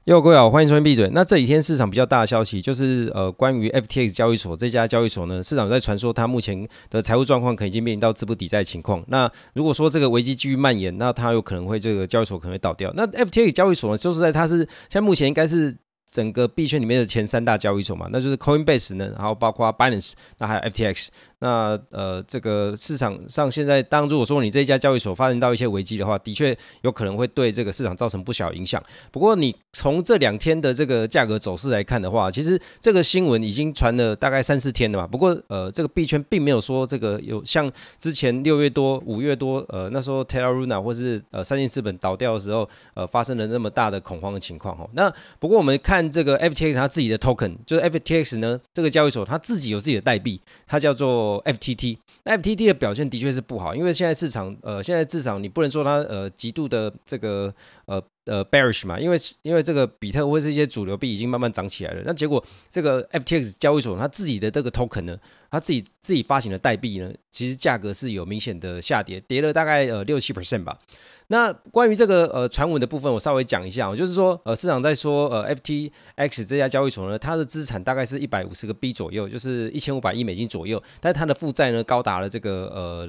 各位好，欢迎收听闭嘴。那这几天市场比较大的消息就是关于 FTX 交易所这家交易所呢，市场在传说它目前的财务状况可能已经面临到资不抵债的情况。那如果说这个危机继续蔓延，那它有可能会这个交易所可能会倒掉。那 FTX 交易所呢，说实在它是现在目前应该是整个币圈里面的前三大交易所嘛，那就是 Coinbase 呢，然后包括 Binance， 那还有 FTX。那这个市场上现在，当如果说你这一家交易所发生到一些危机的话，的确有可能会对这个市场造成不小影响。不过你从这2天的这个价格走势来看的话，其实这个新闻已经传了大概3-4天了嘛。不过这个币圈并没有说这个有像之前6月多、5月多，那时候 Terra Luna 或是三箭资本倒掉的时候，发生了那么大的恐慌的情况。那不过我们看这个 FTX 它自己的 token， 就是 FTX 呢这个交易所它自己有自己的代币，它叫做FTT。那 FTT 的表现的确是不好，因为现在市场你不能说它极度的这个bearish 嘛，因为这个比特或是一些主流币已经慢慢涨起来了。那结果这个 FTX 交易所它自己的这个 token 呢，它自己发行的代币呢，其实价格是有明显的下跌，跌了大概6-7% 吧。那关于这个传闻的部分，我稍微讲一下，就是说市场在说FTX 这家交易所呢，它的资产大概是150个 B 左右，就是1500亿美金左右，但是它的负债呢高达了这个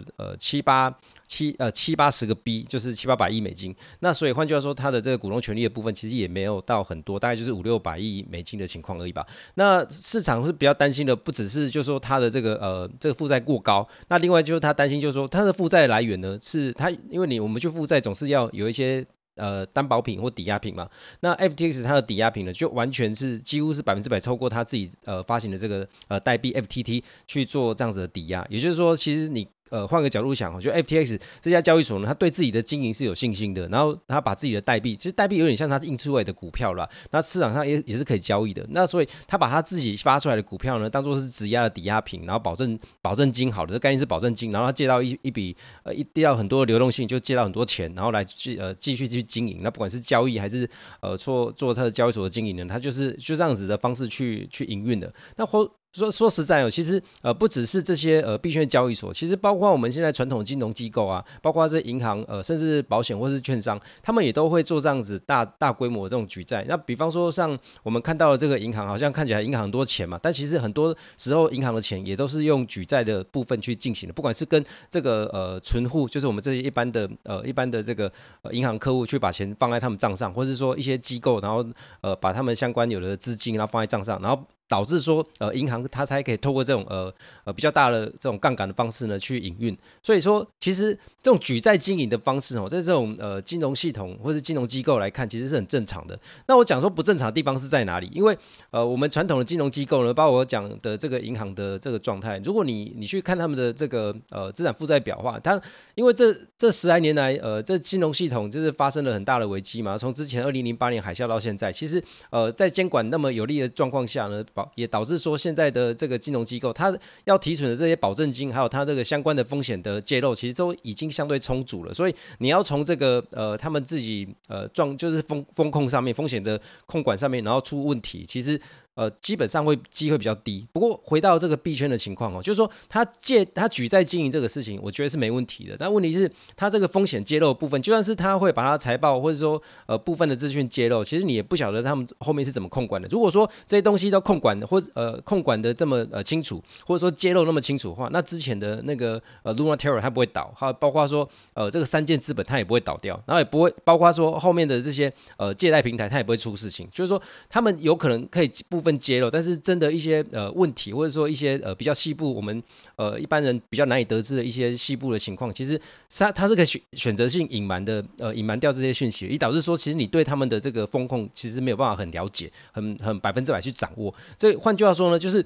70-80个 B， 就是700-800亿美金。那所以换句话说，它的这个股东权利的部分其实也没有到很多，大概就是500-600亿美金的情况而已吧。那市场是比较担心的，不只是就是说它的这个负债过高，那另外就是他担心就是说它的负债来源呢是它，因为我们去负债总是要有一些担保品或抵押品嘛。那 FTX 它的抵押品呢，就完全是几乎是100%透过它自己发行的这个代币 FTT 去做这样子的抵押。也就是说，其实你换个角度想，就 FTX 这家交易所呢，它对自己的经营是有信心的，然后它把自己的代币，其实代币有点像它印出来的股票啦，那市场上也是可以交易的。那所以它把它自己发出来的股票呢，当做是质押的抵押品，然后保证金好的，这概念是保证金，然后它借到一笔借到很多的流动性，就借到很多钱，然后来继续去经营。那不管是交易还是做它的交易所的经营呢，它就这样子的方式去营运的。那说实在其实不只是这些币圈交易所，其实包括我们现在传统金融机构啊，包括这银行甚至保险或是券商，他们也都会做这样子大规模的这种举债。那比方说像我们看到的这个银行，好像看起来银行很多钱嘛，但其实很多时候银行的钱也都是用举债的部分去进行的，不管是跟这个存户，就是我们这些一般的这个银行客户去把钱放在他们账上，或是说一些机构，然后把他们相关有的资金然后放在账上，然后导致说银行它才可以透过这种比较大的这种杠杆的方式呢去营运。所以说其实这种举债经营的方式在这种金融系统或是金融机构来看，其实是很正常的。那我讲说不正常的地方是在哪里？因为我们传统的金融机构呢，包括我讲的这个银行的这个状态，如果你去看他们的这个资产负债表的话，它因为这10来年来这金融系统就是发生了很大的危机嘛，从之前2008年海啸到现在，其实在监管那么有利的状况下呢，也导致说现在的这个金融机构它要提存的这些保证金，还有它这个相关的风险的揭露，其实都已经相对充足了。所以你要从这个他们自己就是风控上面风险的控管上面，然后出问题，其实基本上机会比较低。不过回到这个币圈的情况就是说他举债经营这个事情，我觉得是没问题的。但问题是他这个风险揭露的部分，就算是他会把他财报或者说部分的资讯揭露，其实你也不晓得他们后面是怎么控管的。如果说这些东西都控管的控管的这么清楚，或者说揭露那么清楚的话，那之前的那个Luna Terra 它不会倒，还有包括说这个三箭资本它也不会倒掉，然后也不会包括说后面的这些借贷平台它也不会出事情。就是说他们有可能可以部分揭露，但是真的一些问题，或者说一些比较细部我们一般人比较难以得知的一些细部的情况，其实它是可以选择性隐瞒掉这些讯息，以导致说其实你对他们的这个风控其实没有办法很了解，很100%去掌握。这换句话说呢，就是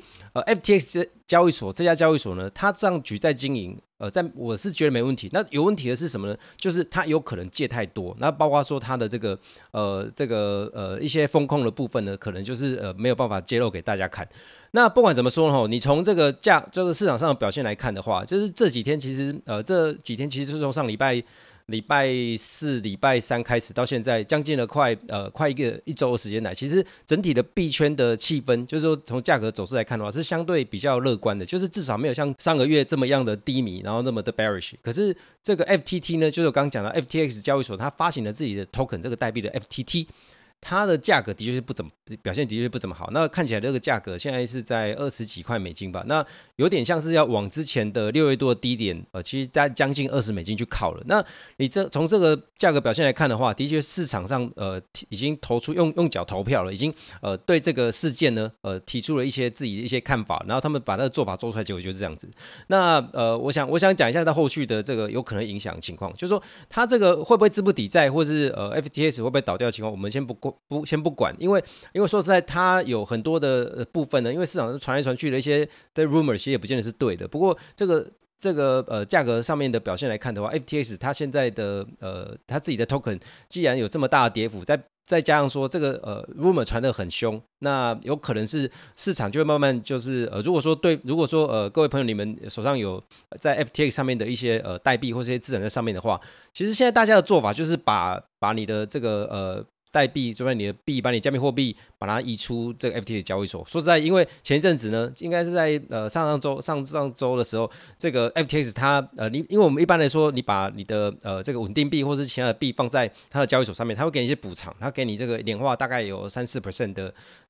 FTX 交易所这家交易所呢，它这样举债经营我是觉得没问题。那有问题的是什么呢？就是它有可能借太多，那包括说它的这个一些风控的部分呢，可能就是没有办法揭露给大家看。那不管怎么说呢，你从这个市场上的表现来看的话，就是这几天其实是从上礼拜4、礼拜3开始到现在，将近了快一周的时间来，其实整体的币圈的气氛，就是说从价格走势来看的话，是相对比较乐观的，就是至少没有像上个月这么样的低迷，然后那么的 bearish。可是这个 FTT 呢，就是我刚刚讲到 FTX 交易所，它发行了自己的 token 这个代币的 FTT。 它的价格的确是不怎么表现，的确不怎么好。那看起来这个价格现在是在20几块美金吧，那有点像是要往之前的6月多的低点，其实在将近20美金去靠了。那你从这个价格表现来看的话，的确市场上已经投出用脚投票了，已经对这个事件呢提出了一些自己的一些看法，然后他们把那个做法做出来，结果就是这样子。那我想讲一下它后续的这个有可能影响的情况，就是说它这个会不会资不抵债，或是FTX 会不会倒掉的情况，我们先不管，因为说实在，它有很多的部分呢，因为市场传来传去的一些的 rumor 其实也不见得是对的。不过这个价格上面的表现来看的话，FTX 它现在的它自己的 token 既然有这么大的跌幅，再加上说这个rumor 传得很凶，那有可能是市场就会慢慢就是如果说各位朋友你们手上有在 FTX 上面的一些代币或这些资产在上面的话，其实现在大家的做法就是把你的这个代币，就把你的币，把你加密货币，把它移出这个 FTX 交易所。说实在，因为前一阵子呢，应该是在上上周的时候，这个 FTX 它因为我们一般来说，你把你的这个稳定币或是其他的币放在它的交易所上面，它会给你一些补偿，它给你这个年化大概有3-4% 的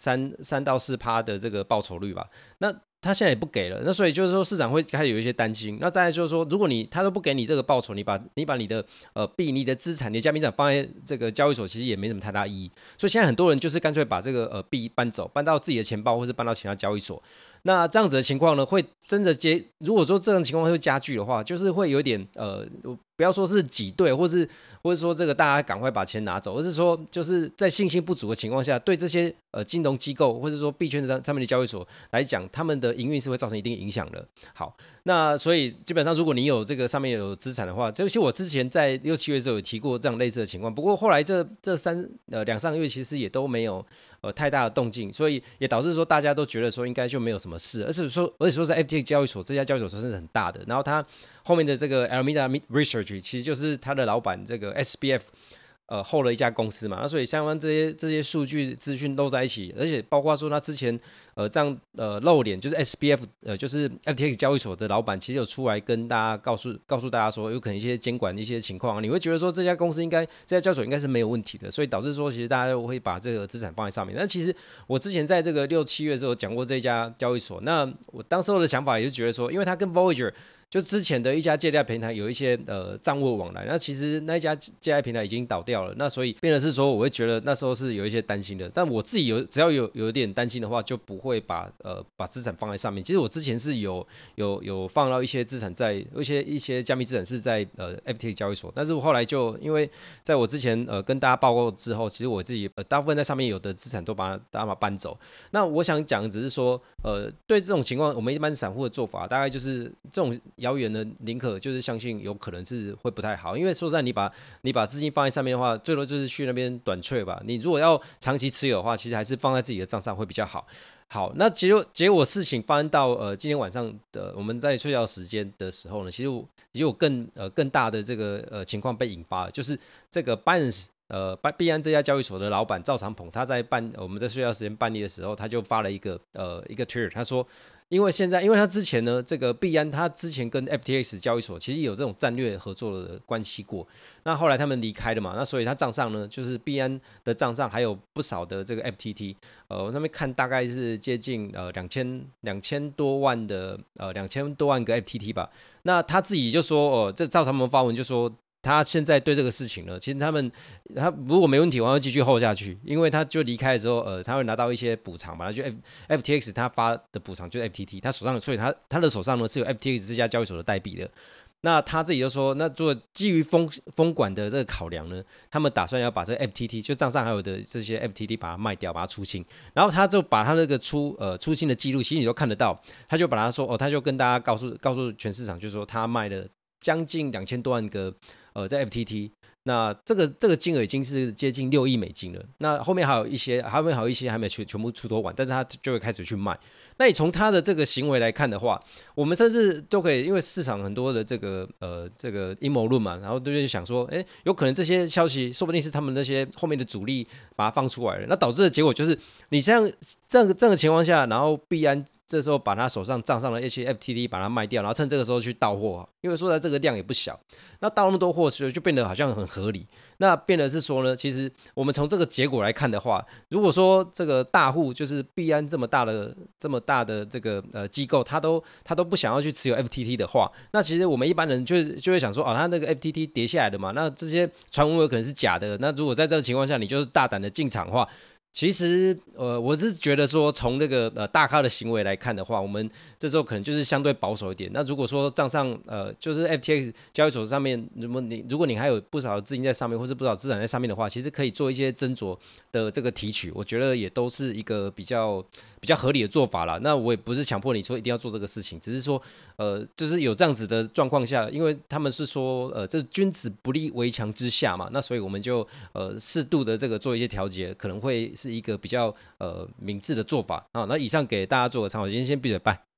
3到4%的这个报酬率吧。那他现在也不给了，那所以就是说市场会开始有一些担心。那再来就是说，如果他都不给你这个报酬，你把你的币、你的资产、你的加密资产放在这个交易所，其实也没什么太大意义。所以现在很多人就是干脆把这个币搬走，搬到自己的钱包，或是搬到其他交易所。那这样子的情况呢，会真的如果说这种情况会加剧的话，就是会有点不要说是挤兑，或是说这个大家赶快把钱拿走，而是说就是在信心不足的情况下，对这些金融机构或者说币圈的上面的交易所来讲，他们的营运是会造成一定影响的。好，那所以基本上如果你有这个上面有资产的话，其实我之前在6、7月的时候有提过这样类似的情况，不过后来这2-3个月其实也都没有太大的动静，所以也导致说大家都觉得说应该就没有什么事，而且说在 FTX 交易所这家交易所是很大的，然后它后面的这个 Alameda Research 其实就是他的老板这个 SBF后了一家公司嘛，那所以相关这些数据资讯都在一起，而且包括说他之前这样露脸，就是 SBF 就是 FTX 交易所的老板，其实有出来跟大家告诉大家说，有可能一些监管的一些情况，你会觉得说这家交易所应该是没有问题的，所以导致说其实大家会把这个资产放在上面。但其实我之前在这个6、7月的时候讲过这家交易所，那我当时候的想法也是觉得说，因为他跟 Voyager就之前的一家借贷平台有一些账务往来，那其实那一家借贷平台已经倒掉了，那所以变成是说我会觉得那时候是有一些担心的，但我自己只要有点担心的话，就不会把资产放在上面。其实我之前是有放到一些资产在一些加密资产是在FTX 交易所，但是我后来就因为在我之前跟大家报告之后，其实我自己大部分在上面有的资产都把它搬走。那我想讲的只是说对这种情况，我们一般散户的做法大概就是这种遥远的宁可就是相信有可能是会不太好，因为说实在你把资金放在上面的话，最多就是去那边短脆吧。你如果要长期持有的话，其实还是放在自己的账上会比较好。好，那结果事情发生到今天晚上的我们在睡觉时间的时候呢，其实有更大的这个情况被引发了，就是这个 Binance币安这家交易所的老板赵长鹏，他在我们在睡觉时间半夜的时候，他就发了一个Twitter， 他说。因为他之前呢，这个币安他之前跟 FTX 交易所其实有这种战略合作的关系过，那后来他们离开了嘛，那所以他账上呢，就是币安的账上还有不少的这个 FTT，我上面看大概是接近2000多万的2000多万个 FTT 吧，那他自己就说这赵长鹏发文就说。他现在对这个事情呢，其实他如果没问题，我要继续 hold 下去，因为他就离开了之后，他会拿到一些补偿嘛，就 FTX 他发的补偿就是 FTT， 他手上，所以他的手上呢是有 FTX 这家交易所的代币的。那他自己就说，那做基于封管的这个考量呢，他们打算要把这个 FTT 就账上还有的这些 FTT 把它卖掉，把它出清，然后他就把他那个出清的记录，其实你都看得到，他就把他说他就跟大家告诉全市场，就说他卖了将近2000多万个在 FTT， 那这个金额已经是接近6亿美金了。那后面还有一些还没有全部出脱完，但是他就会开始去卖。那你从他的这个行为来看的话，我们甚至都可以，因为市场很多的这个阴谋论嘛，然后就想说，有可能这些消息说不定是他们那些后面的主力把它放出来了，那导致的结果就是你这个情况下，然后币安这时候把他手上账上的一些 FTT 把它卖掉，然后趁这个时候去到货，因为说在这个量也不小，那到那么多货，所以就变得好像很合理。那变得是说呢，其实我们从这个结果来看的话，如果说这个大户就是币安这么大的这个机构，他都不想要去持有 FTT 的话，那其实我们一般人就会想说，他那个 FTT 跌下来的嘛，那这些传闻有可能是假的。那如果在这个情况下，你就是大胆的进场的话，其实，我是觉得说，从那个大咖的行为来看的话，我们这时候可能就是相对保守一点。那如果说账上就是 FTX 交易所上面，如果你还有不少的资金在上面，或是不少资产在上面的话，其实可以做一些斟酌的这个提取，我觉得也都是一个比较合理的做法啦。那我也不是强迫你说一定要做这个事情，只是说就是有这样子的状况下，因为他们是说这君子不立围墙之下嘛，那所以我们就适度的这个做一些调节，可能会是一个比较明智的做法啊。那以上给大家做个参考，今天先闭嘴拜。